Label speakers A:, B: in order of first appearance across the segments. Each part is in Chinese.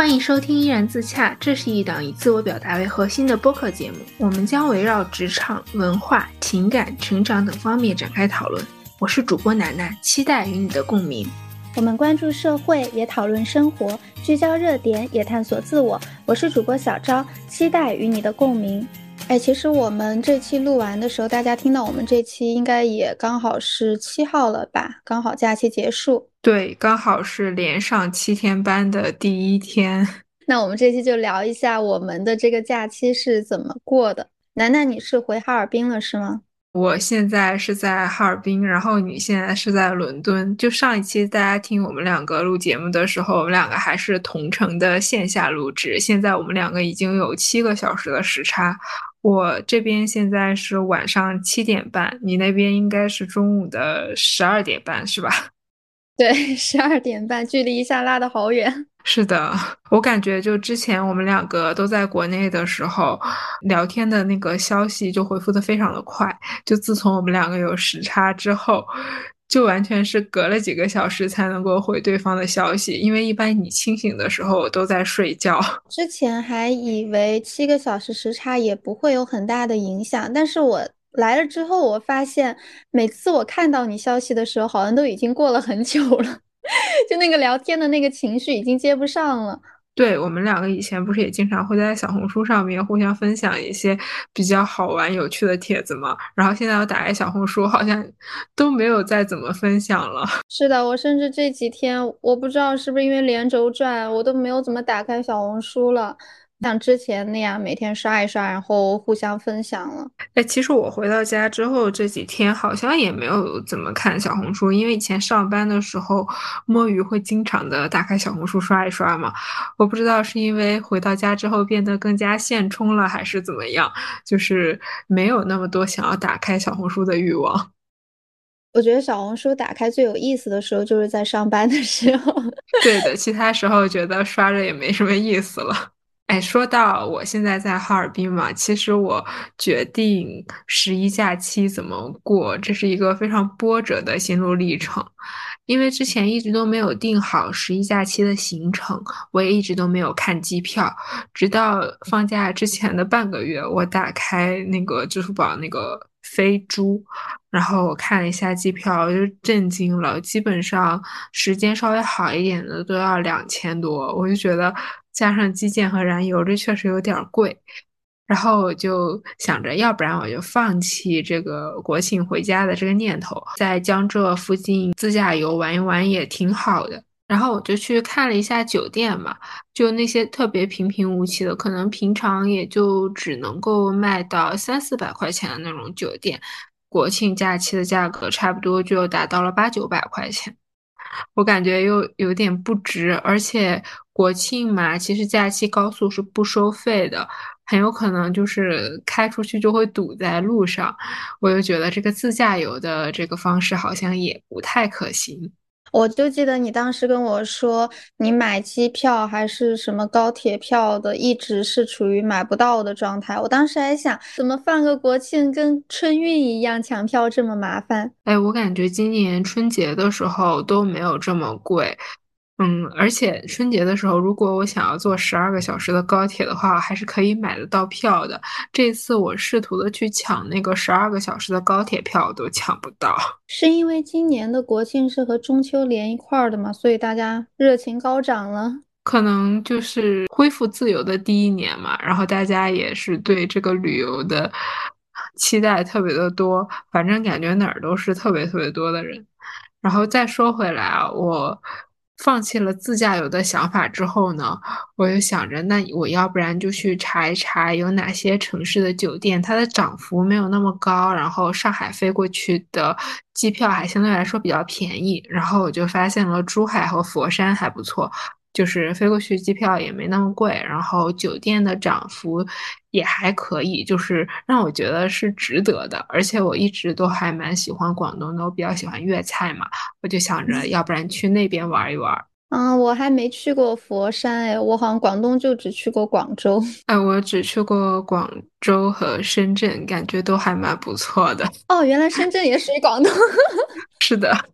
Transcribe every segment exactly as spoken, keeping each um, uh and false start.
A: 欢迎收听依然自洽，这是一档以自我表达为核心的播客节目，我们将围绕职场、文化、情感、成长等方面展开讨论。我是主播楠楠，期待与你的共鸣。
B: 我们关注社会，也讨论生活，聚焦热点，也探索自我。我是主播小昭，期待与你的共鸣。哎，其实我们这期录完的时候，大家听到我们这期应该也刚好是七号了吧，刚好假期结束。
A: 对，刚好是连上七天班的第一天。
B: 那我们这期就聊一下我们的这个假期是怎么过的。楠楠，你是回哈尔滨了是吗？
A: 我现在是在哈尔滨，然后你现在是在伦敦。就上一期大家听我们两个录节目的时候，我们两个还是同城的线下录制，现在我们两个已经有七个小时的时差。我这边现在是晚上七点半，你那边应该是中午的十二点半，是吧？
B: 对，十二点半，距离一下拉得好远。
A: 是的，我感觉就之前我们两个都在国内的时候，聊天的那个消息就回复的非常的快。就自从我们两个有时差之后，就完全是隔了几个小时才能够回对方的消息，因为一般你清醒的时候我都在睡觉。
B: 之前还以为七个小时时差也不会有很大的影响，但是我来了之后，我发现每次我看到你消息的时候，好像都已经过了很久了，就那个聊天的那个情绪已经接不上了。
A: 对，我们两个以前不是也经常会在小红书上面互相分享一些比较好玩有趣的帖子嘛，然后现在我打开小红书好像都没有再怎么分享了。
B: 是的，我甚至这几天我不知道是不是因为连轴转，我都没有怎么打开小红书了，像之前那样每天刷一刷，然后互相分享了。
A: 哎，其实我回到家之后这几天好像也没有怎么看小红书，因为以前上班的时候摸鱼会经常的打开小红书刷一刷嘛。我不知道是因为回到家之后变得更加现充了，还是怎么样，就是没有那么多想要打开小红书的欲望。
B: 我觉得小红书打开最有意思的时候就是在上班的时候。
A: 对的，其他时候觉得刷着也没什么意思了。哎，说到我现在在哈尔滨嘛，其实我决定十一假期怎么过，这是一个非常波折的心路历程。因为之前一直都没有定好十一假期的行程，我也一直都没有看机票，直到放假之前的半个月，我打开那个支付宝那个飞猪，然后我看了一下机票，我就震惊了，基本上时间稍微好一点的都要两千多，我就觉得加上基建和燃油，这确实有点贵。然后我就想着，要不然我就放弃这个国庆回家的这个念头，在江浙附近自驾游玩一玩也挺好的。然后我就去看了一下酒店嘛，就那些特别平平无奇的，可能平常也就只能够卖到三四百块钱的那种酒店，国庆假期的价格差不多就达到了八九百块钱。我感觉又有点不值，而且国庆嘛，其实假期高速是不收费的，很有可能就是开出去就会堵在路上，我就觉得这个自驾游的这个方式好像也不太可行。
B: 我就记得你当时跟我说，你买机票还是什么高铁票的，一直是处于买不到的状态。我当时还想，怎么放个国庆跟春运一样抢票这么麻烦？
A: 哎，我感觉今年春节的时候都没有这么贵。嗯，而且春节的时候，如果我想要坐十二个小时的高铁的话，还是可以买得到票的。这次我试图的去抢那个十二个小时的高铁票，都抢不到。
B: 是因为今年的国庆是和中秋连一块儿的吗？所以大家热情高涨了。
A: 可能就是恢复自由的第一年嘛，然后大家也是对这个旅游的期待特别的多，反正感觉哪儿都是特别特别多的人。然后再说回来啊，我放弃了自驾游的想法之后呢，我就想着，那我要不然就去查一查有哪些城市的酒店，它的涨幅没有那么高，然后上海飞过去的机票还相对来说比较便宜，然后我就发现了珠海和佛山还不错。就是飞过去机票也没那么贵，然后酒店的涨幅也还可以，就是让我觉得是值得的。而且我一直都还蛮喜欢广东的，我比较喜欢粤菜嘛，我就想着要不然去那边玩一玩。
B: 嗯，我还没去过佛山，哎，我好像广东就只去过广州。
A: 哎，我只去过广州和深圳，感觉都还蛮不错的。
B: 哦，原来深圳也属于广东。
A: 是的。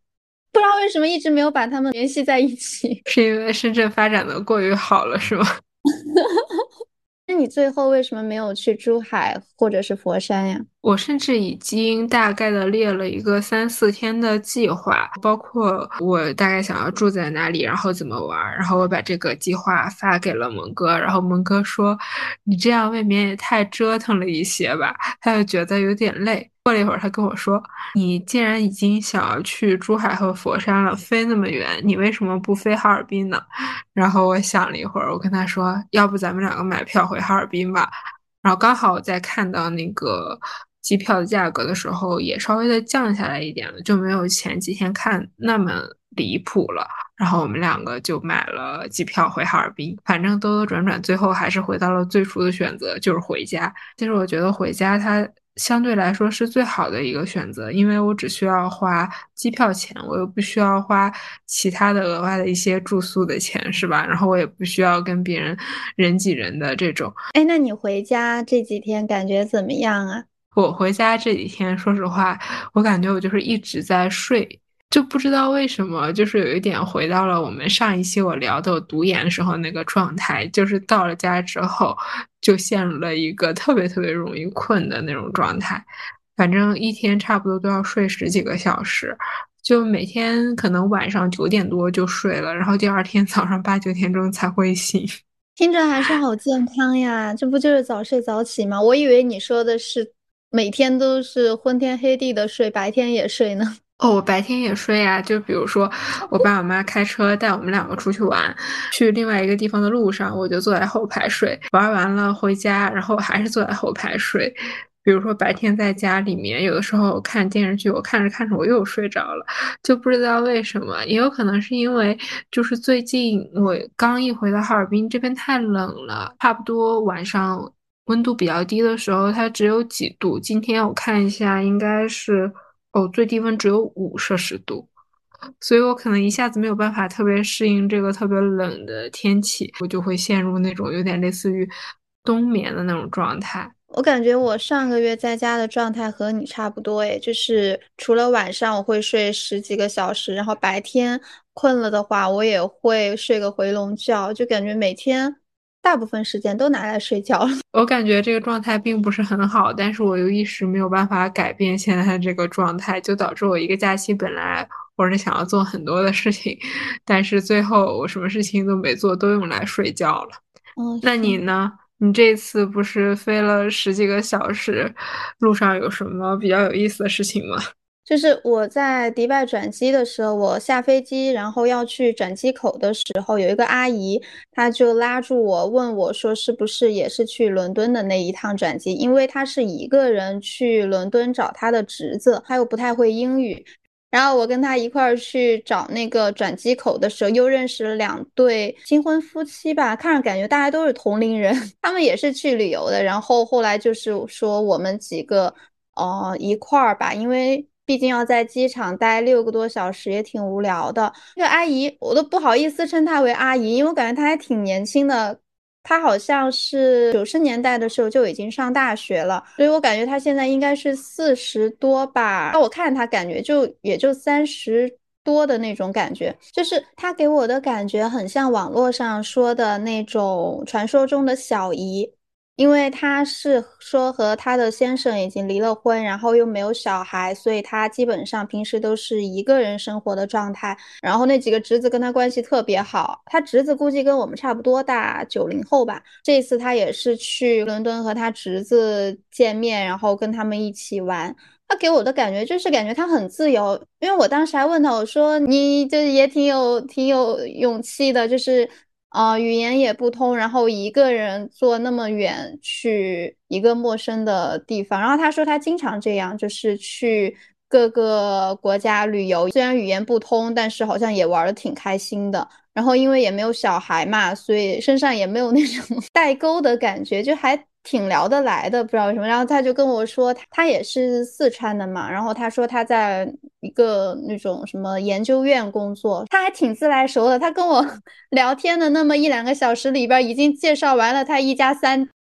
B: 不知道为什么一直没有把他们联系在一起。
A: 是因为深圳发展的过于好了，是吗？
B: 那你最后为什么没有去珠海或者是佛山呀？
A: 我甚至已经大概的列了一个三四天的计划，包括我大概想要住在哪里，然后怎么玩，然后我把这个计划发给了蒙哥，然后蒙哥说：“你这样未免也太折腾了一些吧？”他就觉得有点累。过了一会儿，他跟我说：“你既然已经想要去珠海和佛山了，飞那么远，你为什么不飞哈尔滨呢？”然后我想了一会儿，我跟他说：“要不咱们两个买票回哈尔滨吧？”然后刚好我在看到那个机票的价格的时候，也稍微的降下来一点了，就没有前几天看那么离谱了。然后我们两个就买了机票回哈尔滨，反正兜兜转转，最后还是回到了最初的选择，就是回家。其实我觉得回家它相对来说是最好的一个选择，因为我只需要花机票钱，我又不需要花其他的额外的一些住宿的钱，是吧？然后我也不需要跟别人人挤人的这种。
B: 哎，那你回家这几天感觉怎么样啊？
A: 我回家这几天，说实话，我感觉我就是一直在睡，就不知道为什么，就是有一点回到了我们上一期我聊的我读研时候那个状态，就是到了家之后就陷入了一个特别特别容易困的那种状态，反正一天差不多都要睡十几个小时，就每天可能晚上九点多就睡了，然后第二天早上八九点钟才会醒。
B: 听着还是好健康呀，这不就是早睡早起吗？我以为你说的是每天都是昏天黑地的睡，白天也睡呢。
A: 哦，我白天也睡呀，就比如说，我爸我妈开车带我们两个出去玩，去另外一个地方的路上，我就坐在后排睡，玩完了回家，然后还是坐在后排睡。比如说白天在家里面，有的时候看电视剧，我看着看着我又睡着了，就不知道为什么，也有可能是因为就是最近我刚一回到哈尔滨，这边太冷了，差不多晚上温度比较低的时候，它只有几度。今天我看一下，应该是哦，最低温只有五摄氏度，所以我可能一下子没有办法特别适应这个特别冷的天气，我就会陷入那种有点类似于冬眠的那种状态。
B: 我感觉我上个月在家的状态和你差不多诶，就是除了晚上我会睡十几个小时，然后白天困了的话，我也会睡个回笼觉，就感觉每天大部分时间都拿来睡觉了。
A: 我感觉这个状态并不是很好，但是我又一时没有办法改变现在这个状态，就导致我一个假期本来我是想要做很多的事情，但是最后我什么事情都没做，都用来睡觉了。
B: 嗯，
A: 那
B: 是。
A: 你呢？你这次不是飞了十几个小时，路上有什么比较有意思的事情吗？
B: 就是我在迪拜转机的时候，我下飞机，然后要去转机口的时候，有一个阿姨，她就拉住我，问我说是不是也是去伦敦的那一趟转机，因为她是一个人去伦敦找她的侄子，她又不太会英语。然后我跟她一块儿去找那个转机口的时候，又认识了两对新婚夫妻吧，看着感觉大家都是同龄人，他们也是去旅游的。然后后来就是说我们几个。呃，一块儿吧，因为毕竟要在机场待六个多小时，也挺无聊的。这个阿姨，我都不好意思称她为阿姨，因为我感觉她还挺年轻的。她好像是九十年代的时候就已经上大学了，所以我感觉她现在应该是四十多吧。我看她感觉就也就三十多的那种感觉，就是她给我的感觉很像网络上说的那种传说中的小姨。因为她是说和她的先生已经离了婚，然后又没有小孩，所以她基本上平时都是一个人生活的状态。然后那几个侄子跟她关系特别好，她侄子估计跟我们差不多大，九零后吧。这次她也是去伦敦和她侄子见面，然后跟他们一起玩。他给我的感觉就是感觉他很自由，因为我当时还问他，我说你就也挺有挺有勇气的，就是呃语言也不通，然后一个人坐那么远去一个陌生的地方，然后他说他经常这样，就是去各个国家旅游，虽然语言不通，但是好像也玩的挺开心的。然后因为也没有小孩嘛，所以身上也没有那种代沟的感觉，就还挺聊得来的，不知道为什么。然后他就跟我说，他也是四川的嘛，然后他说他在一个那种什么研究院工作，他还挺自来熟的。他跟我聊天的那么一两个小时里边，已经介绍完了他一家三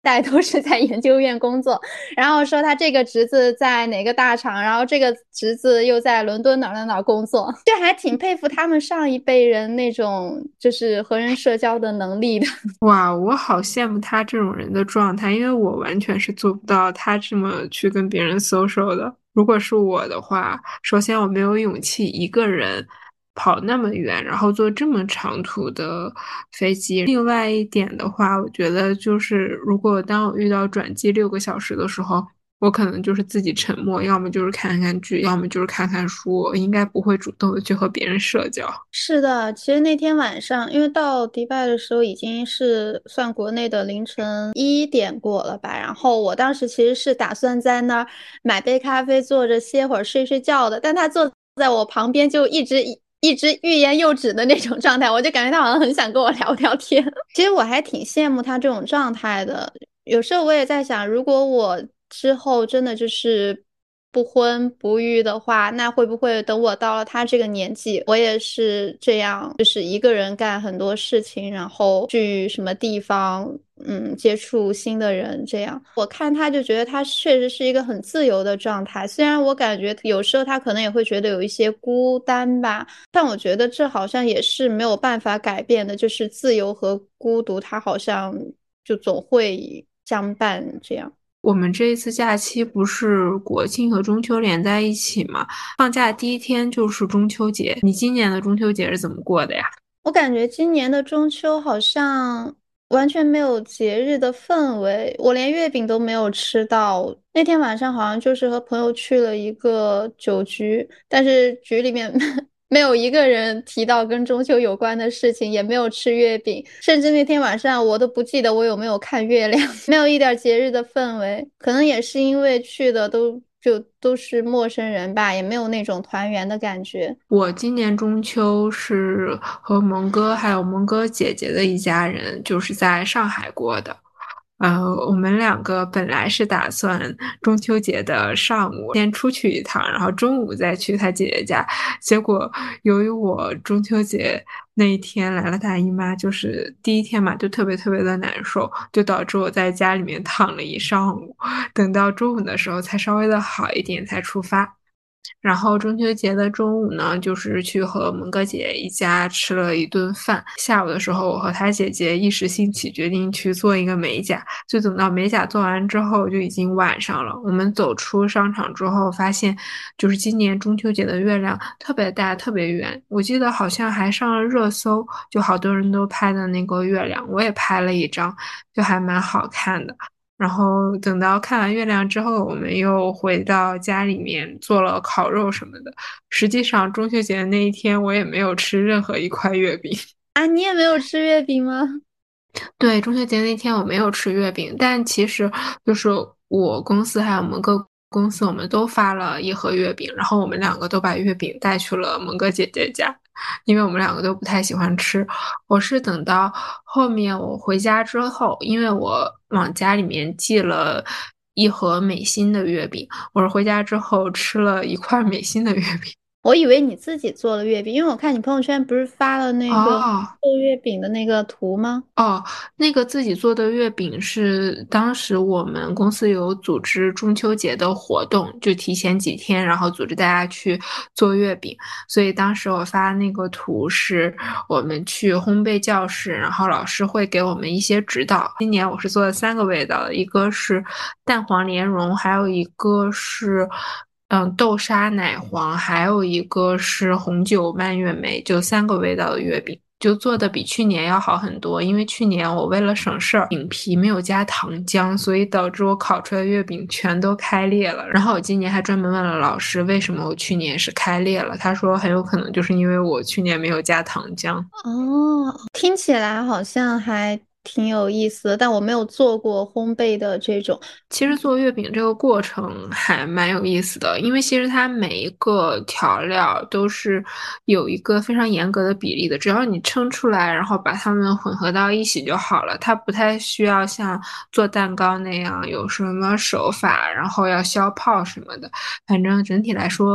B: 代都是在研究院工作，然后说他这个侄子在哪个大厂，然后这个侄子又在伦敦哪儿哪儿哪儿工作，就还挺佩服他们上一辈人那种就是和人社交的能力的。
A: 哇，我好羡慕他这种人的状态，因为我完全是做不到他这么去跟别人 social 的。如果是我的话，首先我没有勇气一个人跑那么远，然后坐这么长途的飞机。另外一点的话，我觉得就是如果当我遇到转机六个小时的时候，我可能就是自己沉默，要么就是看看剧，要么就是看看书，我应该不会主动的去和别人社交。
B: 是的，其实那天晚上，因为到迪拜的时候已经是算国内的凌晨一点过了吧，然后我当时其实是打算在那儿买杯咖啡，坐着歇会儿睡睡觉的，但他坐在我旁边就一直一一直欲言又止的那种状态，我就感觉他好像很想跟我聊聊天。其实我还挺羡慕他这种状态的，有时候我也在想，如果我之后真的就是不婚不育的话，那会不会等我到了他这个年纪，我也是这样，就是一个人干很多事情，然后去什么地方，嗯，接触新的人，这样。我看他就觉得他确实是一个很自由的状态，虽然我感觉有时候他可能也会觉得有一些孤单吧，但我觉得这好像也是没有办法改变的，就是自由和孤独，它好像就总会相伴这样。
A: 我们这一次假期不是国庆和中秋连在一起嘛？放假第一天就是中秋节。你今年的中秋节是怎么过的呀？
B: 我感觉今年的中秋好像完全没有节日的氛围，我连月饼都没有吃到。那天晚上好像就是和朋友去了一个酒局，但是局里面没有一个人提到跟中秋有关的事情，也没有吃月饼，甚至那天晚上我都不记得我有没有看月亮，没有一点节日的氛围。可能也是因为去的都就都是陌生人吧，也没有那种团圆的感觉。
A: 我今年中秋是和蒙哥还有蒙哥姐姐的一家人，就是在上海过的。呃，我们两个本来是打算中秋节的上午先出去一趟，然后中午再去他姐姐家。结果由于我中秋节那一天来了大姨妈，就是第一天嘛，就特别特别的难受，就导致我在家里面躺了一上午，等到中午的时候才稍微的好一点才出发。然后中秋节的中午呢，就是去和蒙哥姐一家吃了一顿饭。下午的时候，我和她姐姐一时兴起，决定去做一个美甲。就等到美甲做完之后，就已经晚上了。我们走出商场之后，发现就是今年中秋节的月亮特别大，特别圆。我记得好像还上了热搜，就好多人都拍的那个月亮，我也拍了一张，就还蛮好看的。然后等到看完月亮之后，我们又回到家里面做了烤肉什么的。实际上，中秋节的那一天，我也没有吃任何一块月饼。
B: 啊，你也没有吃月饼吗？
A: 对，中秋节那天我没有吃月饼，但其实就是我公司还有蒙哥公司，我们都发了一盒月饼，然后我们两个都把月饼带去了蒙哥姐姐家，因为我们两个都不太喜欢吃。我是等到后面我回家之后，因为我往家里面寄了一盒美心的月饼，我是回家之后吃了一块美心的月饼。
B: 我以为你自己做了月饼，因为我看你朋友圈不是发了那个
A: 哦，
B: 做月饼的那个图吗？
A: 哦，那个自己做的月饼是当时我们公司有组织中秋节的活动，就提前几天，然后组织大家去做月饼。所以当时我发那个图是我们去烘焙教室，然后老师会给我们一些指导。今年我是做了三个味道的，一个是蛋黄莲蓉，还有一个是嗯豆沙奶黄，还有一个是红酒蔓越莓，就三个味道的月饼。就做的比去年要好很多，因为去年我为了省事儿，饼皮没有加糖浆，所以导致我烤出来的月饼全都开裂了。然后我今年还专门问了老师，为什么我去年是开裂了？他说很有可能就是因为我去年没有加糖浆。
B: 哦，听起来好像还挺有意思的，但我没有做过烘焙的这种。
A: 其实做月饼这个过程还蛮有意思的，因为其实它每一个调料都是有一个非常严格的比例的，只要你称出来，然后把它们混合到一起就好了。它不太需要像做蛋糕那样有什么手法，然后要消泡什么的。反正整体来说，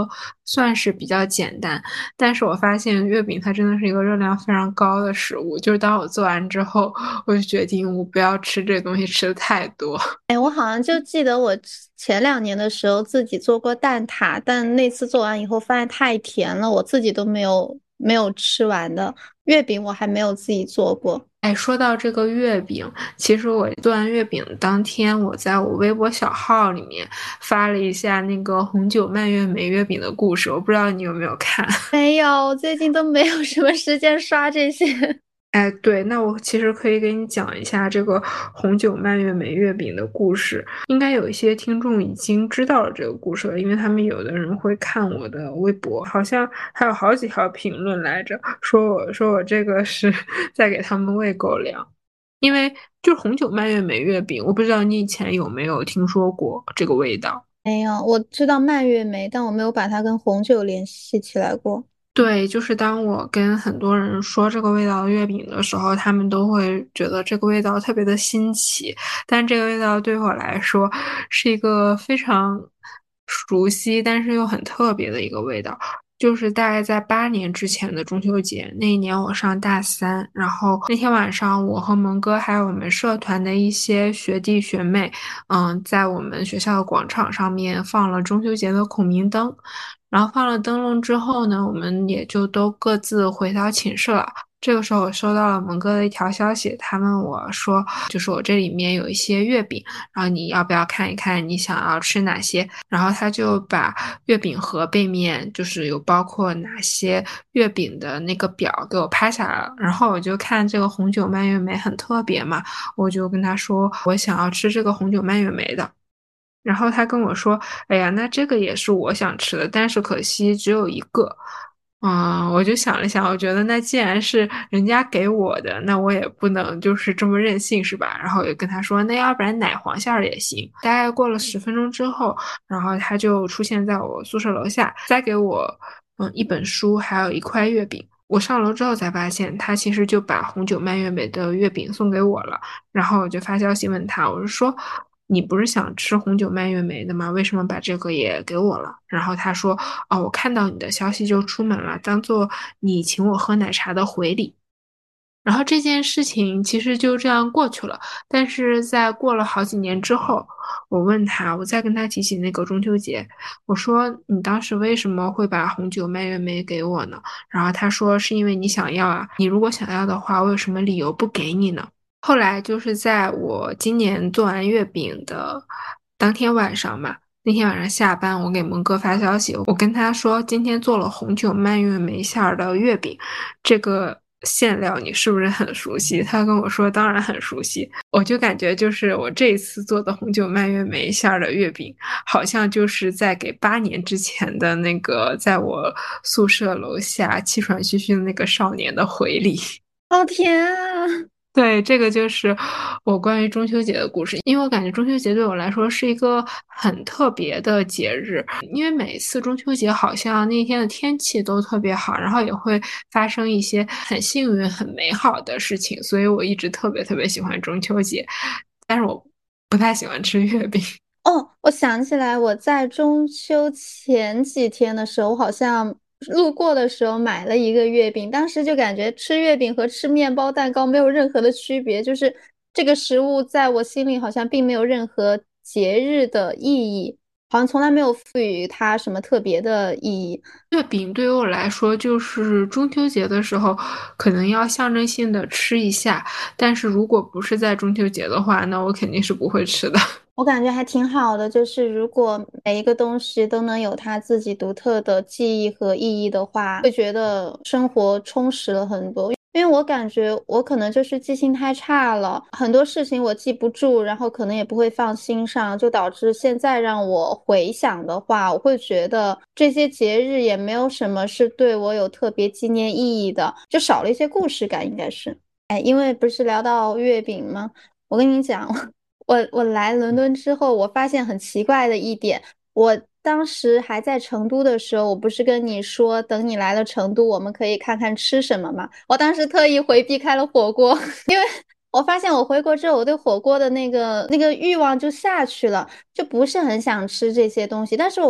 A: 算是比较简单。但是我发现月饼它真的是一个热量非常高的食物，就是当我做完之后，我就决定我不要吃这个东西吃的太多。
B: 哎，我好像就记得我前两年的时候自己做过蛋挞，但那次做完以后发现太甜了，我自己都没有没有吃完的。月饼我还没有自己做过。
A: 哎，说到这个月饼，其实我做完月饼当天，我在我微博小号里面发了一下那个红酒蔓越莓月饼的故事，我不知道你有没有看。
B: 没有，最近都没有什么时间刷这些。
A: 哎，对，那我其实可以给你讲一下这个红酒蔓越莓月饼的故事。应该有一些听众已经知道了这个故事了，因为他们有的人会看我的微博，好像还有好几条评论来着，说我说我这个是在给他们喂狗粮。因为就是红酒蔓越莓月饼，我不知道你以前有没有听说过这个味道。
B: 没有，我知道蔓越莓，但我没有把它跟红酒联系起来过。
A: 对，就是当我跟很多人说这个味道的月饼的时候，他们都会觉得这个味道特别的新奇，但这个味道对我来说是一个非常熟悉，但是又很特别的一个味道。就是大概在八年之前的中秋节，那一年我上大三，然后那天晚上，我和蒙哥还有我们社团的一些学弟学妹，嗯，在我们学校的广场上面放了中秋节的孔明灯。然后放了灯笼之后呢，我们也就都各自回到寝室了。这个时候，我收到了蒙哥的一条消息，他问我说，就是我这里面有一些月饼，然后你要不要看一看你想要吃哪些？然后他就把月饼盒背面就是有包括哪些月饼的那个表给我拍下来了。然后我就看这个红酒蔓越莓很特别嘛，我就跟他说我想要吃这个红酒蔓越莓的。然后他跟我说：“哎呀，那这个也是我想吃的，但是可惜只有一个。”嗯，我就想了想，我觉得那既然是人家给我的，那我也不能就是这么任性，是吧？然后我就跟他说：“那要不然奶黄馅儿也行。”大概过了十分钟之后，然后他就出现在我宿舍楼下，再给我嗯一本书，还有一块月饼。我上楼之后才发现，他其实就把红酒蔓越莓的月饼送给我了。然后我就发消息问他，我是说。你不是想吃红酒蔓越莓的吗？为什么把这个也给我了？然后他说：“哦，我看到你的消息就出门了，当做你请我喝奶茶的回礼。”然后这件事情其实就这样过去了。但是在过了好几年之后，我问他，我再跟他提起那个中秋节，我说：“你当时为什么会把红酒蔓越莓给我呢？”然后他说：“是因为你想要啊，你如果想要的话，我有什么理由不给你呢？”后来就是在我今年做完月饼的当天晚上嘛，那天晚上下班，我给蒙哥发消息，我跟他说今天做了红酒蔓越莓馅儿的月饼，这个馅料你是不是很熟悉？他跟我说当然很熟悉，我就感觉就是我这一次做的红酒蔓越莓馅儿的月饼，好像就是在给八年之前的那个在我宿舍楼下气喘吁吁的那个少年的回礼。
B: 好甜啊！
A: 对，这个就是我关于中秋节的故事，因为我感觉中秋节对我来说是一个很特别的节日，因为每次中秋节好像那天的天气都特别好，然后也会发生一些很幸运、很美好的事情，所以我一直特别特别喜欢中秋节，但是我不太喜欢吃月饼。
B: 哦，我想起来，我在中秋前几天的时候，我好像路过的时候买了一个月饼，当时就感觉吃月饼和吃面包蛋糕没有任何的区别，就是这个食物在我心里好像并没有任何节日的意义，好像从来没有赋予它什么特别的意义。
A: 月饼对于我来说，就是中秋节的时候，可能要象征性的吃一下，但是如果不是在中秋节的话，那我肯定是不会吃的。
B: 我感觉还挺好的，就是如果每一个东西都能有它自己独特的记忆和意义的话，会觉得生活充实了很多。因为我感觉我可能就是记性太差了，很多事情我记不住，然后可能也不会放心上，就导致现在让我回想的话，我会觉得这些节日也没有什么是对我有特别纪念意义的，就少了一些故事感，应该是。哎，因为不是聊到月饼吗？我跟你讲，我我来伦敦之后，我发现很奇怪的一点，我当时还在成都的时候，我不是跟你说，等你来了成都，我们可以看看吃什么吗？我当时特意回避开了火锅，因为我发现我回国之后，我对火锅的那个那个欲望就下去了，就不是很想吃这些东西。但是我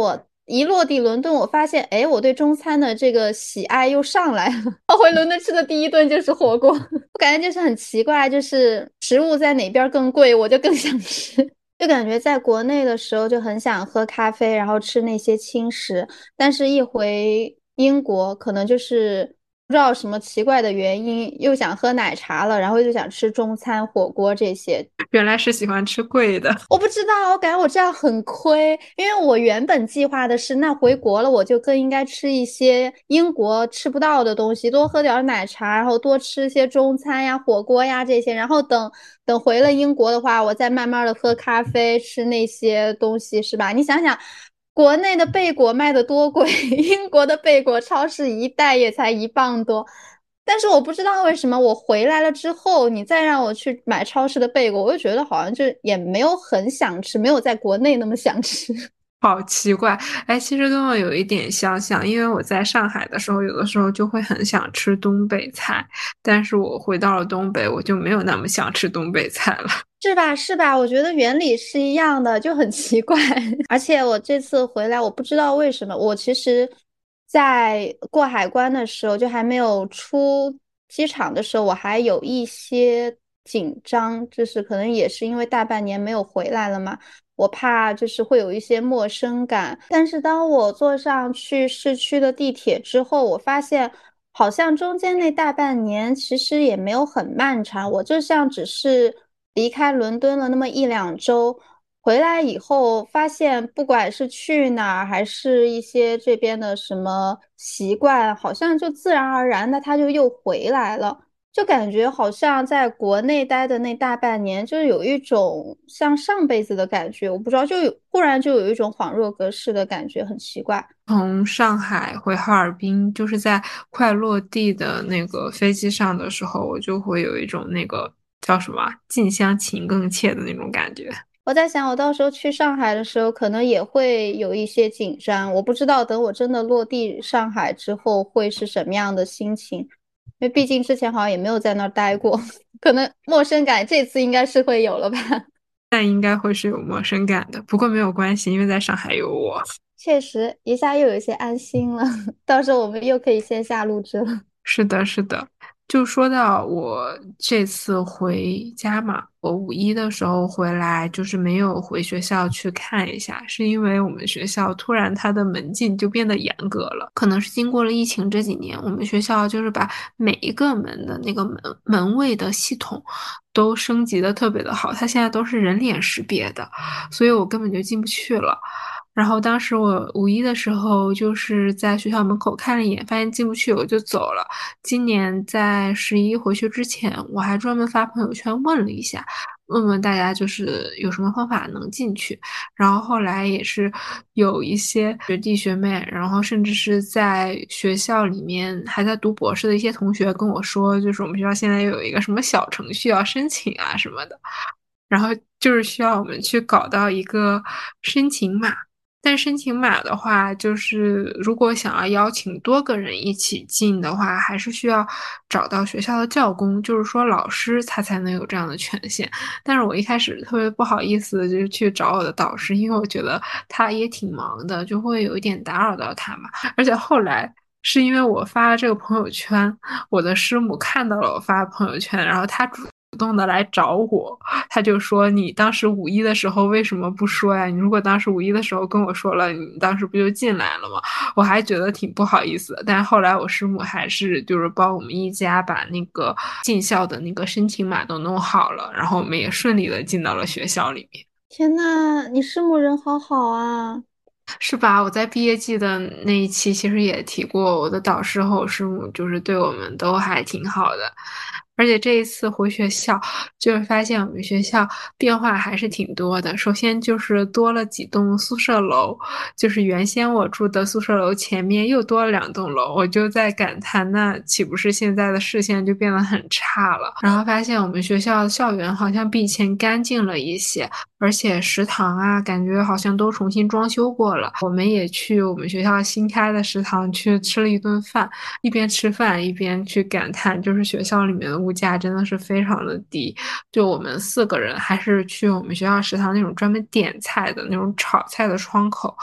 B: 一落地伦敦，我发现，哎，我对中餐的这个喜爱又上来了。我回伦敦吃的第一顿就是火锅，我感觉就是很奇怪，就是食物在哪边更贵，我就更想吃。就感觉在国内的时候就很想喝咖啡，然后吃那些轻食，但是一回英国，可能就是不知道什么奇怪的原因，又想喝奶茶了，然后又想吃中餐、火锅这些。
A: 原来是喜欢吃贵的。
B: 我不知道，我感觉我这样很亏，因为我原本计划的是，那回国了我就更应该吃一些英国吃不到的东西，多喝点奶茶，然后多吃一些中餐呀、火锅呀这些，然后等等回了英国的话，我再慢慢的喝咖啡，吃那些东西，是吧？你想想，国内的贝果卖的多贵，英国的贝果超市一袋也才一磅多。但是我不知道为什么我回来了之后，你再让我去买超市的贝果，我就觉得好像就也没有很想吃，没有在国内那么想吃。
A: 好奇怪，哎，其实跟我有一点相像，因为我在上海的时候，有的时候就会很想吃东北菜，但是我回到了东北，我就没有那么想吃东北菜了。
B: 是吧？是吧？我觉得原理是一样的，就很奇怪。而且我这次回来，我不知道为什么，我其实，在过海关的时候，就还没有出机场的时候，我还有一些紧张，就是可能也是因为大半年没有回来了嘛，我怕就是会有一些陌生感。但是当我坐上去市区的地铁之后，我发现。好像中间那大半年其实也没有很漫长，我就像只是离开伦敦了那么一两周，回来以后发现，不管是去哪儿，还是一些这边的什么习惯，好像就自然而然的它就又回来了，就感觉好像在国内待的那大半年，就是有一种像上辈子的感觉，我不知道，就有忽然就有一种恍若隔世的感觉，很奇怪。
A: 从上海回哈尔滨，就是在快落地的那个飞机上的时候，我就会有一种那个叫什么“近乡情更怯”的那种感觉。
B: 我在想，我到时候去上海的时候，可能也会有一些紧张。我不知道，等我真的落地上海之后，会是什么样的心情。因为毕竟之前好像也没有在那儿待过，可能陌生感这次应该是会有了吧。
A: 那应该会是有陌生感的，不过没有关系，因为在上海有我。
B: 确实，一下又有一些安心了。到时候我们又可以线下录制了。
A: 是的，是的。就说到我这次回家嘛，我五一的时候回来，就是没有回学校去看一下，是因为我们学校突然它的门禁就变得严格了，可能是经过了疫情这几年，我们学校就是把每一个门的那个门门卫的系统都升级的特别的好，它现在都是人脸识别的，所以我根本就进不去了。然后当时我五一的时候，就是在学校门口看了一眼，发现进不去，我就走了。今年在十一回去之前，我还专门发朋友圈问了一下，问问大家就是有什么方法能进去。然后后来也是有一些学弟学妹，然后甚至是在学校里面还在读博士的一些同学跟我说，就是我们学校现在又有一个什么小程序要申请啊什么的。然后就是需要我们去搞到一个申请码，但申请码的话，就是如果想要邀请多个人一起进的话，还是需要找到学校的教工，就是说老师他才能有这样的权限。但是我一开始特别不好意思，就是去找我的导师，因为我觉得他也挺忙的，就会有一点打扰到他嘛。而且后来是因为我发了这个朋友圈，我的师母看到了我发的朋友圈，然后她主动的来找我，他就说你当时五一的时候为什么不说呀？你如果当时五一的时候跟我说了，你当时不就进来了吗？我还觉得挺不好意思的。但是后来我师母还是就是帮我们一家把那个进校的那个申请码都弄好了，然后我们也顺利的进到了学校里面。
B: 天呐，你师母人好好啊！
A: 是吧？我在毕业季的那一期其实也提过，我的导师和我师母就是对我们都还挺好的，而且这一次回学校，就是发现我们学校变化还是挺多的。首先就是多了几栋宿舍楼，就是原先我住的宿舍楼前面又多了两栋楼，我就在感叹，那岂不是现在的视线就变得很差了？然后发现我们学校的校园好像比以前干净了一些。而且食堂啊，感觉好像都重新装修过了。我们也去我们学校新开的食堂去吃了一顿饭，一边吃饭一边去感叹，就是学校里面的物价真的是非常的低。就我们四个人，还是去我们学校食堂那种专门点菜的那种炒菜的窗口，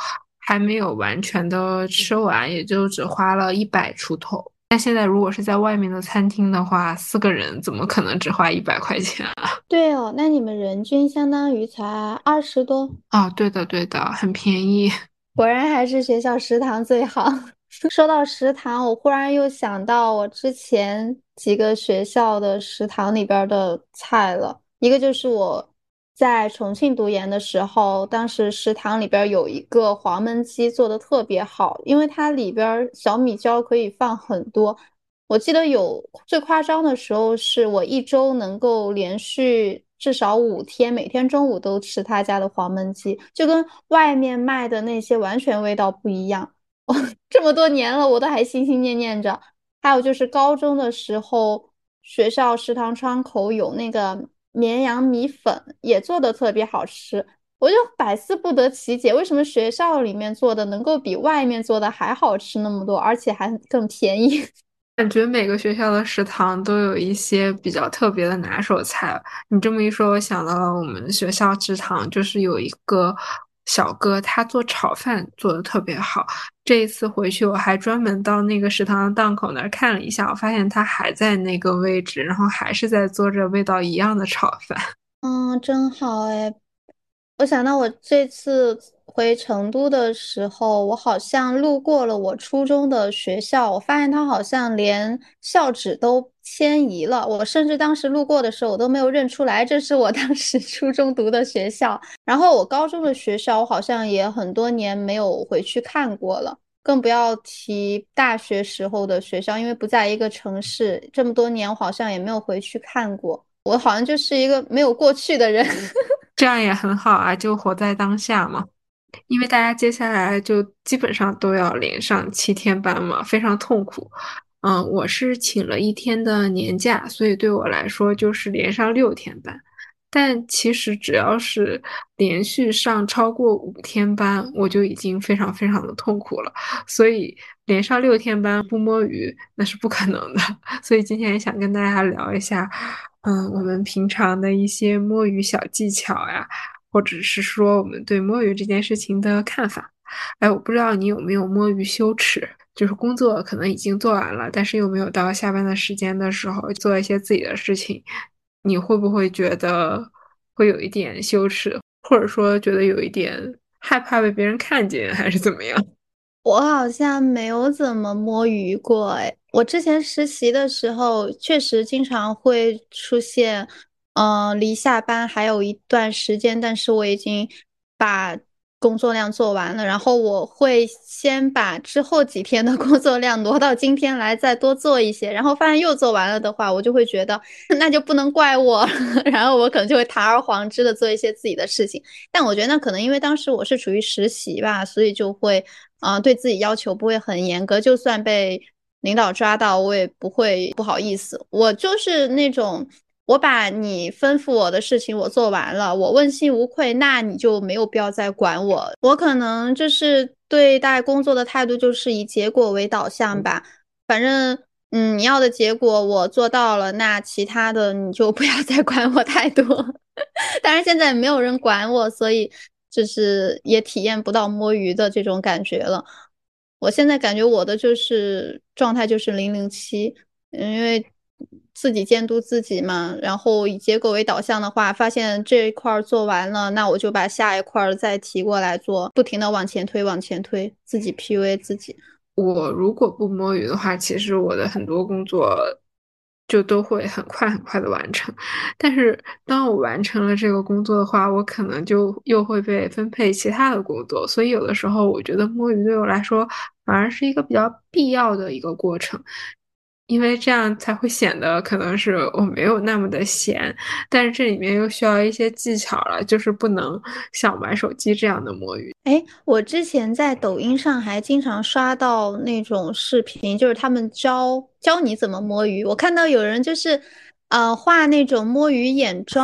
A: 还没有完全的吃完，也就只花了一百出头。但现在如果是在外面的餐厅的话，四个人怎么可能只花一百块钱啊？
B: 对哦，那你们人均相当于才二十多，
A: 哦，对的对的，很便宜。
B: 果然还是学校食堂最好。说到食堂，我忽然又想到我之前几个学校的食堂里边儿的菜了。一个就是我在重庆读研的时候，当时食堂里边儿有一个黄焖鸡做的特别好，因为它里边儿小米椒可以放很多。我记得有最夸张的时候，是我一周能够连续至少五天，每天中午都吃他家的黄焖鸡，就跟外面卖的那些完全味道不一样。这么多年了，我都还心心念念着。还有就是高中的时候，学校食堂窗口有那个绵阳米粉，也做的特别好吃。我就百思不得其解，为什么学校里面做的能够比外面做的还好吃那么多，而且还更便宜？
A: 感觉每个学校的食堂都有一些比较特别的拿手菜。你这么一说，我想到了我们学校食堂，就是有一个小哥，他做炒饭做的特别好。这一次回去，我还专门到那个食堂的档口那儿看了一下，我发现他还在那个位置，然后还是在做着味道一样的炒饭。
B: 嗯，真好哎！我想到我这次回成都的时候，我好像路过了我初中的学校，我发现它好像连校址都迁移了。我甚至当时路过的时候，我都没有认出来这是我当时初中读的学校。然后我高中的学校，我好像也很多年没有回去看过了，更不要提大学时候的学校，因为不在一个城市，这么多年我好像也没有回去看过。我好像就是一个没有过去的人。
A: 这样也很好啊，就活在当下嘛。因为大家接下来就基本上都要连上七天班嘛，非常痛苦。嗯，我是请了一天的年假，所以对我来说就是连上六天班。但其实只要是连续上超过五天班，我就已经非常非常的痛苦了。所以连上六天班不摸鱼那是不可能的。所以今天也想跟大家聊一下，嗯，我们平常的一些摸鱼小技巧呀。或者是说我们对摸鱼这件事情的看法。哎，我不知道你有没有摸鱼羞耻，就是工作可能已经做完了，但是又没有到下班的时间的时候，做一些自己的事情，你会不会觉得会有一点羞耻，或者说觉得有一点害怕被别人看见，还是怎么样？
B: 我好像没有怎么摸鱼过，哎，我之前实习的时候确实经常会出现，嗯、离下班还有一段时间，但是我已经把工作量做完了，然后我会先把之后几天的工作量挪到今天来，再多做一些，然后发现又做完了的话，我就会觉得那就不能怪我，然后我可能就会堂而皇之的做一些自己的事情。但我觉得那可能因为当时我是处于实习吧，所以就会，嗯、对自己要求不会很严格，就算被领导抓到，我也不会不好意思。我就是那种，我把你吩咐我的事情我做完了，我问心无愧，那你就没有必要再管我。我可能就是对待工作的态度就是以结果为导向吧，反正。嗯，你要的结果我做到了，那其他的你就不要再管我太多。当然现在没有人管我，所以就是也体验不到摸鱼的这种感觉了。我现在感觉我的就是状态就是零零七，嗯因为自己监督自己嘛，然后以结果为导向的话，发现这一块儿做完了，那我就把下一块儿再提过来做，不停的往前推，往前推，自己 P U A 自己。
A: 我如果不摸鱼的话，其实我的很多工作就都会很快很快的完成。但是当我完成了这个工作的话，我可能就又会被分配其他的工作。所以有的时候，我觉得摸鱼对我来说反而是一个比较必要的一个过程。因为这样才会显得可能是我没有那么的闲，但是这里面又需要一些技巧了，就是不能像玩手机这样的摸鱼。
B: 哎，我之前在抖音上还经常刷到那种视频，就是他们教教你怎么摸鱼。我看到有人就是，呃，画那种摸鱼眼妆，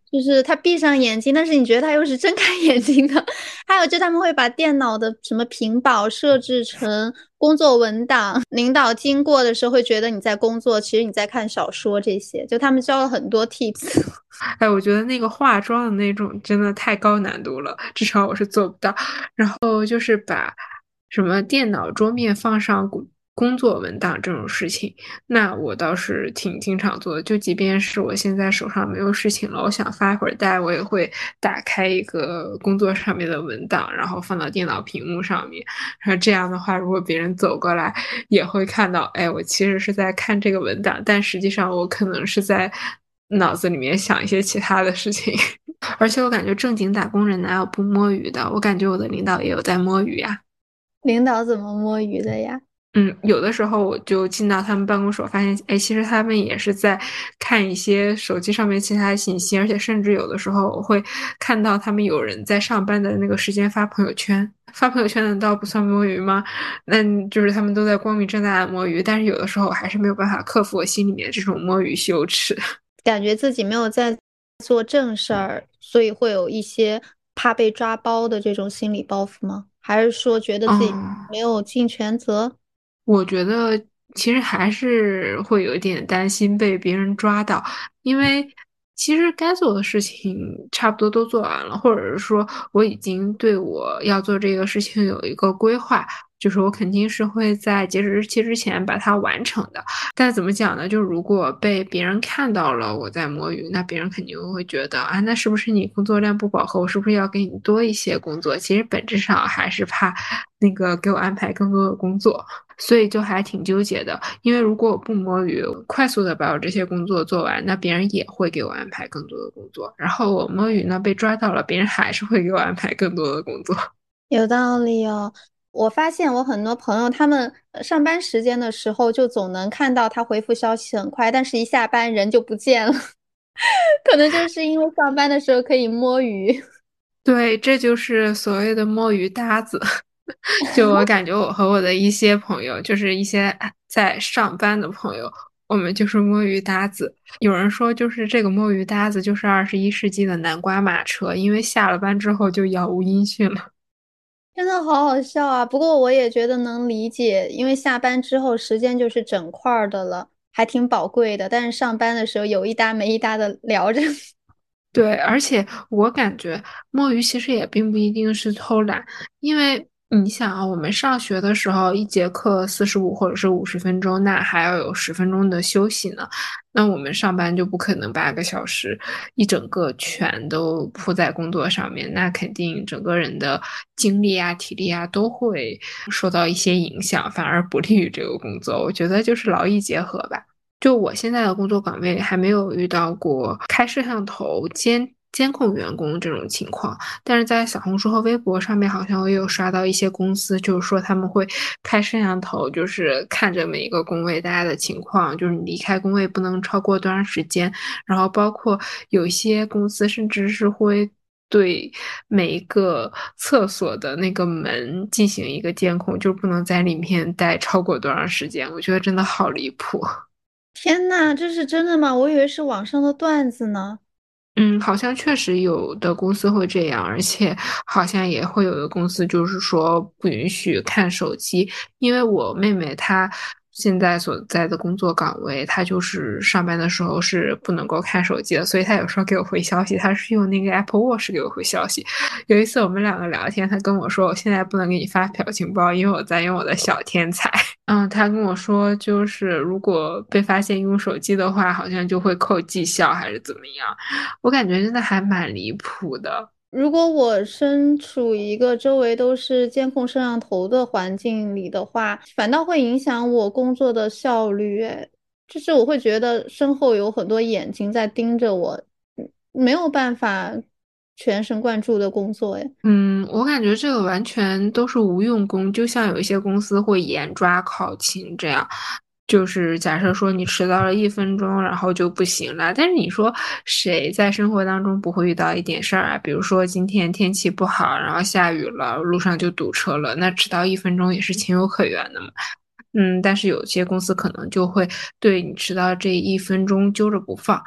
B: 就是他闭上眼睛，但是你觉得他又是睁开眼睛的。还有就他们会把电脑的什么屏保设置成工作文档，领导经过的时候会觉得你在工作，其实你在看小说这些，就他们教了很多 tips。
A: 哎，我觉得那个化妆的那种真的太高难度了，至少我是做不到。然后就是把什么电脑桌面放上工工作文档这种事情，那我倒是挺经常做的。就即便是我现在手上没有事情了，我想发一会儿呆，我也会打开一个工作上面的文档，然后放到电脑屏幕上面。然后这样的话，如果别人走过来，也会看到，哎，我其实是在看这个文档，但实际上我可能是在脑子里面想一些其他的事情。而且我感觉正经打工人哪有不摸鱼的？我感觉我的领导也有在摸鱼呀。
B: 领导怎么摸鱼的呀？
A: 嗯，有的时候我就进到他们办公室，我发现，哎，其实他们也是在看一些手机上面其他的信息，而且甚至有的时候我会看到他们有人在上班的那个时间发朋友圈。发朋友圈难道不算摸鱼吗？那就是他们都在光明正大的摸鱼，但是有的时候我还是没有办法克服我心里面这种摸鱼羞耻。
B: 感觉自己没有在做正事儿，所以会有一些怕被抓包的这种心理包袱吗？还是说觉得自己
A: 嗯，
B: 没有尽全责？
A: 我觉得其实还是会有一点担心被别人抓到，因为其实该做的事情差不多都做完了，或者是说我已经对我要做这个事情有一个规划，就是我肯定是会在截止日期之前把它完成的。但怎么讲呢？就是如果被别人看到了我在摸鱼，那别人肯定会觉得啊，那是不是你工作量不饱和？我是不是要给你多一些工作？其实本质上还是怕那个给我安排更多的工作。所以就还挺纠结的，因为如果我不摸鱼，快速的把我这些工作做完，那别人也会给我安排更多的工作。然后我摸鱼呢被抓到了，别人还是会给我安排更多的工作。
B: 有道理哦。我发现我很多朋友，他们呃上班时间的时候就总能看到他回复消息很快，但是一下班人就不见了。可能就是因为上班的时候可以摸鱼。
A: 对，这就是所谓的摸鱼搭子。就我感觉，我和我的一些朋友，就是一些在上班的朋友，我们就是摸鱼搭子。有人说，就是这个摸鱼搭子就是二十一世纪的南瓜马车，因为下了班之后就杳无音讯了。
B: 真的好好笑啊！不过我也觉得能理解，因为下班之后时间就是整块儿的了，还挺宝贵的。但是上班的时候有一搭没一搭的聊着。
A: 对，而且我感觉摸鱼其实也并不一定是偷懒，因为你想啊，我们上学的时候一节课四十五或者是五十分钟，那还要有十分钟的休息呢。那我们上班就不可能八个小时一整个全都扑在工作上面，那肯定整个人的精力啊、体力啊都会受到一些影响，反而不利于这个工作。我觉得就是劳逸结合吧。就我现在的工作岗位还没有遇到过开摄像头监监控员工这种情况，但是在小红书和微博上面，好像我也有刷到一些公司，就是说他们会开摄像头，就是看着每一个工位大家的情况，就是你离开工位不能超过多长时间，然后包括有一些公司甚至是会对每一个厕所的那个门进行一个监控，就不能在里面待超过多长时间，我觉得真的好离谱。
B: 天呐，这是真的吗？我以为是网上的段子呢。
A: 嗯，好像确实有的公司会这样，而且好像也会有的公司就是说不允许看手机，因为我妹妹她现在所在的工作岗位，她就是上班的时候是不能够看手机的，所以她有时候给我回消息，她是用那个 Apple Watch 给我回消息。有一次我们两个聊天，她跟我说，我现在不能给你发表情包，因为我在用我的小天才。嗯，他跟我说，就是如果被发现用手机的话，好像就会扣绩效还是怎么样。我感觉真的还蛮离谱的。
B: 如果我身处一个周围都是监控摄像头的环境里的话，反倒会影响我工作的效率。哎，就是我会觉得身后有很多眼睛在盯着我，嗯没有办法全神贯注的工作。哎。
A: 嗯，我感觉这个完全都是无用功，就像有一些公司会严抓考勤这样，就是假设说你迟到了一分钟，然后就不行了。但是你说谁在生活当中不会遇到一点事儿啊？比如说今天天气不好，然后下雨了，路上就堵车了，那迟到一分钟也是情有可原的嘛。嗯，但是有些公司可能就会对你迟到这一分钟揪着不放。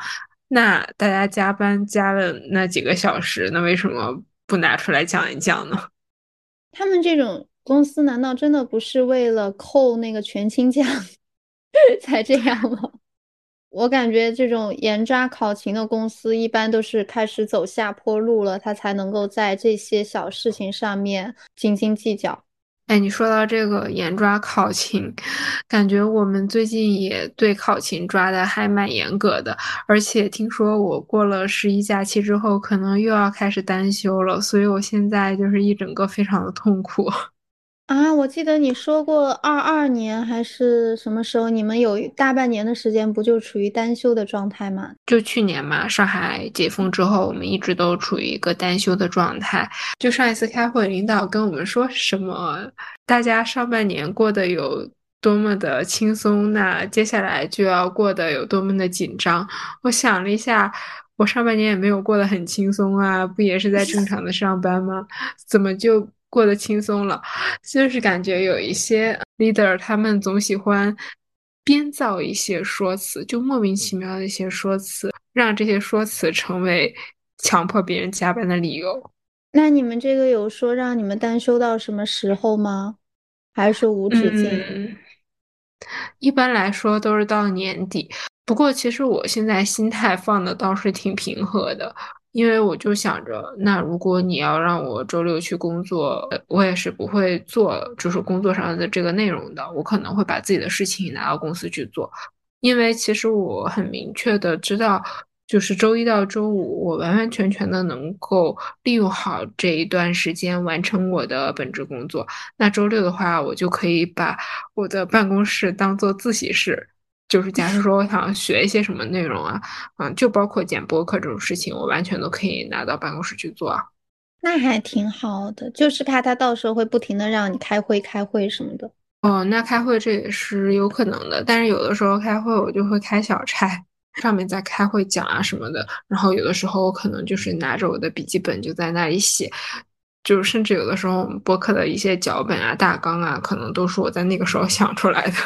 A: 那大家加班加了那几个小时，那为什么不拿出来讲一讲呢？
B: 他们这种公司难道真的不是为了扣那个全勤奖才这样吗？我感觉这种严抓考勤的公司，一般都是开始走下坡路了，他才能够在这些小事情上面斤斤计较。
A: 哎，你说到这个严抓考勤，感觉我们最近也对考勤抓的还蛮严格的，而且听说我过了十一假期之后，可能又要开始单休了，所以我现在就是一整个非常的痛苦。
B: 啊，我记得你说过二二年还是什么时候，你们有大半年的时间不就处于单休的状态吗？
A: 就去年嘛，上海解封之后，我们一直都处于一个单休的状态。就上一次开会，领导跟我们说什么，大家上半年过得有多么的轻松，那接下来就要过得有多么的紧张。我想了一下，我上半年也没有过得很轻松啊，不也是在正常的上班吗？怎么就过得轻松了？就是感觉有一些 leader 他们总喜欢编造一些说辞，就莫名其妙的一些说辞，让这些说辞成为强迫别人加班的理由。
B: 那你们这个有说让你们单休到什么时候吗？还是说无止境？
A: 嗯，一般来说都是到年底。不过其实我现在心态放的倒是挺平和的，因为我就想着，那如果你要让我周六去工作，呃我也是不会做就是工作上的这个内容的，我可能会把自己的事情拿到公司去做。因为其实我很明确的知道，就是周一到周五，我完完全全的能够利用好这一段时间完成我的本职工作。那周六的话，我就可以把我的办公室当做自习室。就是假设说我想学一些什么内容啊，嗯，就包括剪播客这种事情，我完全都可以拿到办公室去做啊。
B: 那还挺好的，就是怕他到时候会不停的让你开会、开会什么的。
A: 哦，那开会这也是有可能的，但是有的时候开会我就会开小差，上面在开会讲啊什么的，然后有的时候我可能就是拿着我的笔记本就在那里写，就是甚至有的时候我们播客的一些脚本啊、大纲啊，可能都是我在那个时候想出来的。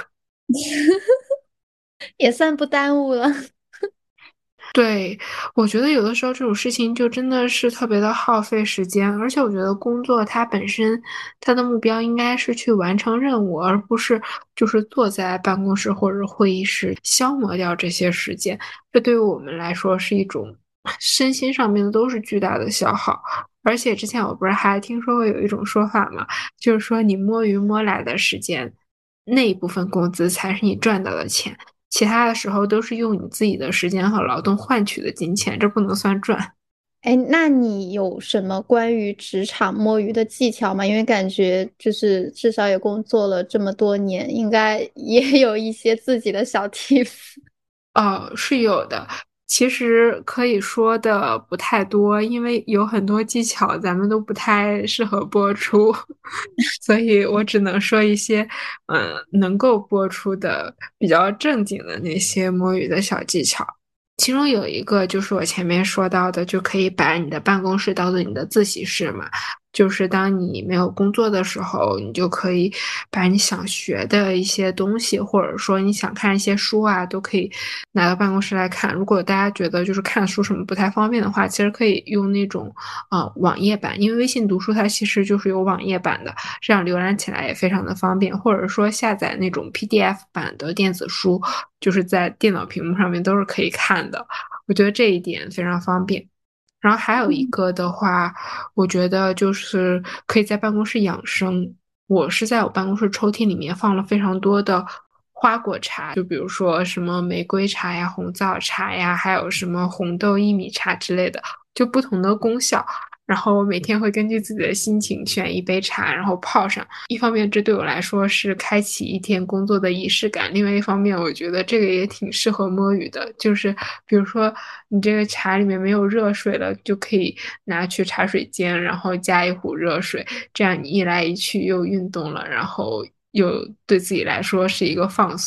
B: 也算不耽误了。
A: 对，我觉得有的时候这种事情就真的是特别的耗费时间，而且我觉得工作它本身它的目标应该是去完成任务，而不是就是坐在办公室或者会议室消磨掉这些时间。这对于我们来说是一种身心上面的都是巨大的消耗。而且之前我不是还听说过有一种说法嘛，就是说你摸鱼摸来的时间，那一部分工资才是你赚到的钱。其他的时候都是用你自己的时间和劳动换取的金钱，这不能算赚。
B: 哎，那你有什么关于职场摸鱼的技巧吗？因为感觉就是至少也工作了这么多年，应该也有一些自己的小 tips。
A: 哦，是有的。其实可以说的不太多，因为有很多技巧咱们都不太适合播出，所以我只能说一些，嗯，能够播出的比较正经的那些摸鱼的小技巧。其中有一个就是我前面说到的，就可以把你的办公室当做你的自习室嘛。就是当你没有工作的时候，你就可以把你想学的一些东西，或者说你想看一些书啊，都可以拿到办公室来看。如果大家觉得就是看书什么不太方便的话，其实可以用那种呃网页版，因为微信读书它其实就是有网页版的，这样浏览起来也非常的方便。或者说下载那种 P D F 版的电子书，就是在电脑屏幕上面都是可以看的。我觉得这一点非常方便。然后还有一个的话，我觉得就是可以在办公室养生。我是在我办公室抽屉里面放了非常多的花果茶，就比如说什么玫瑰茶呀、红枣茶呀，还有什么红豆薏米茶之类的，就不同的功效。然后我每天会根据自己的心情选一杯茶，然后泡上。一方面，这对我来说是开启一天工作的仪式感；另外一方面，我觉得这个也挺适合摸鱼的。就是比如说，你这个茶里面没有热水了，就可以拿去茶水间，然后加一壶热水，这样你一来一去又运动了，然后又对自己来说是一个放松。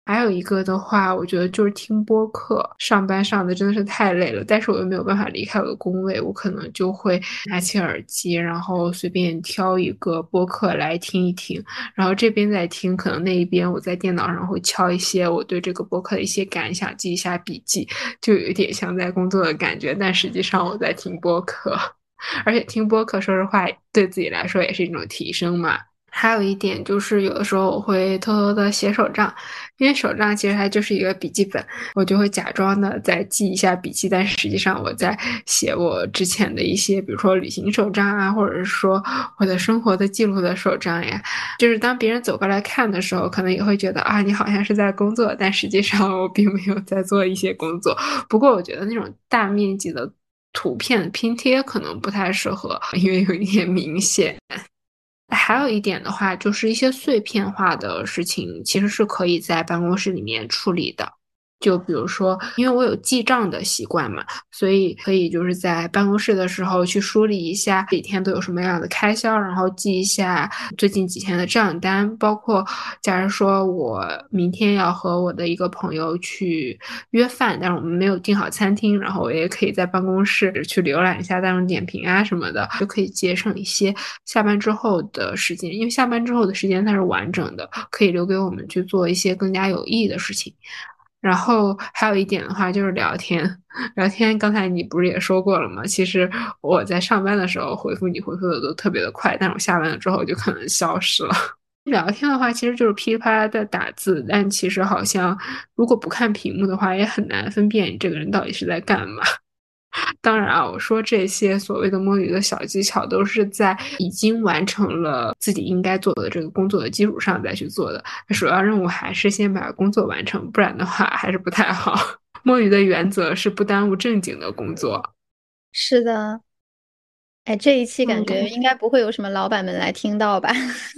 A: 还有一个的话，我觉得就是听播客，上班上的真的是太累了，但是我又没有办法离开我的工位，我可能就会拿起耳机，然后随便挑一个播客来听一听，然后这边在听，可能那一边我在电脑上会敲一些我对这个播客的一些感想，记一下笔记，就有一点像在工作的感觉，但实际上我在听播客，而且听播客，说实话，对自己来说也是一种提升嘛。还有一点就是，有的时候我会偷偷的写手账，因为手账其实它就是一个笔记本，我就会假装的再记一下笔记，但实际上我在写我之前的一些，比如说旅行手账啊，或者是说我的生活的记录的手账呀。就是当别人走过来看的时候，可能也会觉得啊，你好像是在工作，但实际上我并没有在做一些工作。不过我觉得那种大面积的图片拼贴可能不太适合，因为有一点明显。还有一点的话，就是一些碎片化的事情，其实是可以在办公室里面处理的。就比如说，因为我有记账的习惯嘛，所以可以就是在办公室的时候去梳理一下每天都有什么样的开销，然后记一下最近几天的账单，包括假如说我明天要和我的一个朋友去约饭，但是我们没有订好餐厅，然后我也可以在办公室去浏览一下大众点评啊什么的，就可以节省一些下班之后的时间，因为下班之后的时间它是完整的，可以留给我们去做一些更加有意义的事情。然后还有一点的话就是聊天，聊天刚才你不是也说过了吗？其实我在上班的时候回复你回复的都特别的快，但是我下班了之后就可能消失了。聊天的话其实就是噼里啪啦的打字，但其实好像如果不看屏幕的话，也很难分辨你这个人到底是在干嘛。当然啊，我说这些所谓的摸鱼的小技巧，都是在已经完成了自己应该做的这个工作的基础上再去做的。首要任务还是先把工作完成，不然的话还是不太好。摸鱼的原则是不耽误正经的工作。
B: 是的，哎，这一期感
A: 嗯，
B: 觉应该不会有什么老板们来听到吧？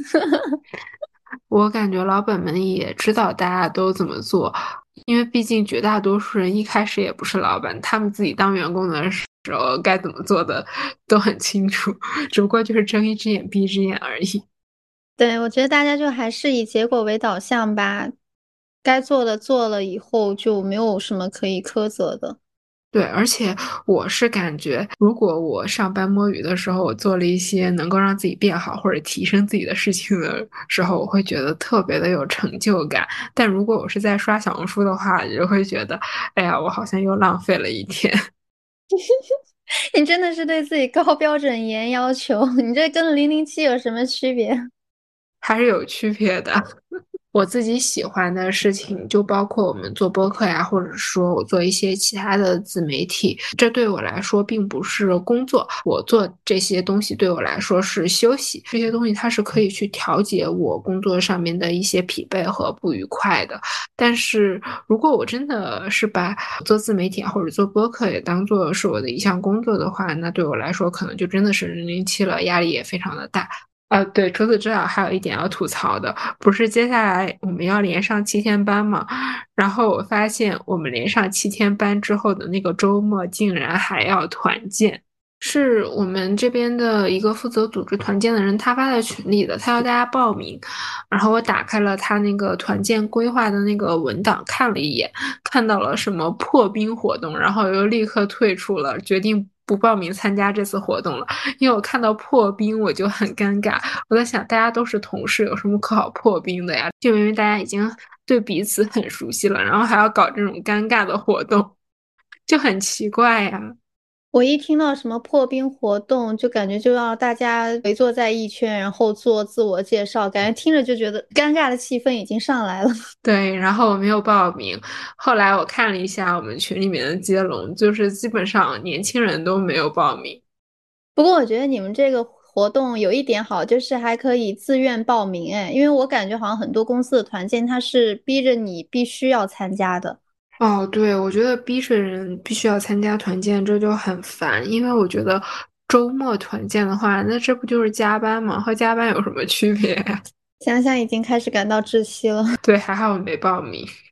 A: 我感觉老板们也知道大家都怎么做，因为毕竟绝大多数人一开始也不是老板，他们自己当员工的时候该怎么做的都很清楚，只不过就是睁一只眼闭一只眼而已。
B: 对，我觉得大家就还是以结果为导向吧，该做的做了以后就没有什么可以苛责的。
A: 对，而且我是感觉，如果我上班摸鱼的时候，我做了一些能够让自己变好或者提升自己的事情的时候，我会觉得特别的有成就感。但如果我是在刷小红书的话，就会觉得，哎呀，我好像又浪费了一天。
B: 你真的是对自己高标准严要求，你这跟零零七有什么区别？
A: 还是有区别的。我自己喜欢的事情，就包括我们做播客呀，或者说我做一些其他的自媒体，这对我来说并不是工作。我做这些东西对我来说是休息，这些东西它是可以去调节我工作上面的一些疲惫和不愉快的。但是如果我真的是把做自媒体啊或者做播客也当做是我的一项工作的话，那对我来说可能就真的是零零七了，压力也非常的大。呃，对，除此之外还有一点要吐槽的，不是接下来我们要连上七天班嘛？然后我发现我们连上七天班之后的那个周末，竟然还要团建，是我们这边的一个负责组织团建的人他发在群里的，他要大家报名。然后我打开了他那个团建规划的那个文档，看了一眼，看到了什么破冰活动，然后又立刻退出了，决定不报名参加这次活动了。因为我看到破冰我就很尴尬，我在想大家都是同事，有什么可好破冰的呀？就因为大家已经对彼此很熟悉了，然后还要搞这种尴尬的活动，就很奇怪呀。
B: 我一听到什么破冰活动，就感觉就要大家围坐在一圈，然后做自我介绍，感觉听着就觉得尴尬的气氛已经上来了。
A: 对，然后我没有报名。后来我看了一下我们群里面的接龙，就是基本上年轻人都没有报名。
B: 不过我觉得你们这个活动有一点好，就是还可以自愿报名，哎，因为我感觉好像很多公司的团建它是逼着你必须要参加的。
A: 哦，对，我觉得逼着人必须要参加团建，这就很烦。因为我觉得周末团建的话，那这不就是加班吗？和加班有什么区别呀？
B: 想想已经开始感到窒息了。
A: 对，还好我没报名。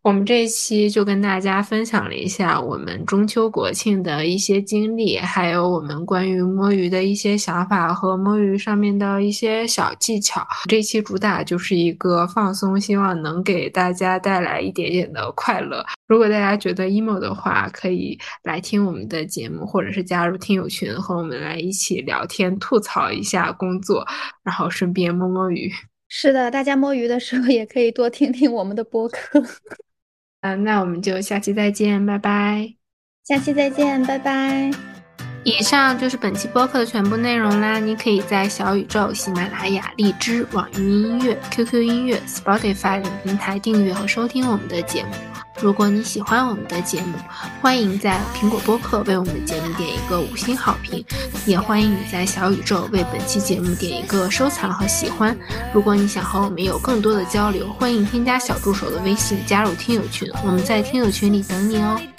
A: 我们这一期就跟大家分享了一下我们中秋国庆的一些经历，还有我们关于摸鱼的一些想法和摸鱼上面的一些小技巧。这一期主打就是一个放松，希望能给大家带来一点点的快乐。如果大家觉得 emo 的话，可以来听我们的节目，或者是加入听友群和我们来一起聊天，吐槽一下工作，然后顺便摸摸鱼。
B: 是的，大家摸鱼的时候也可以多听听我们的播客。
A: 嗯，那我们就下期再见，拜拜。
B: 下期再见，拜拜。
A: 以上就是本期播客的全部内容啦，你可以在小宇宙、喜马拉雅、荔枝、网易云音乐、Q Q 音乐、Spotify 等平台订阅和收听我们的节目。如果你喜欢我们的节目，欢迎在苹果播客为我们的节目点一个五星好评，也欢迎你在小宇宙为本期节目点一个收藏和喜欢。如果你想和我们有更多的交流，欢迎添加小助手的微信加入听友群，我们在听友群里等你哦。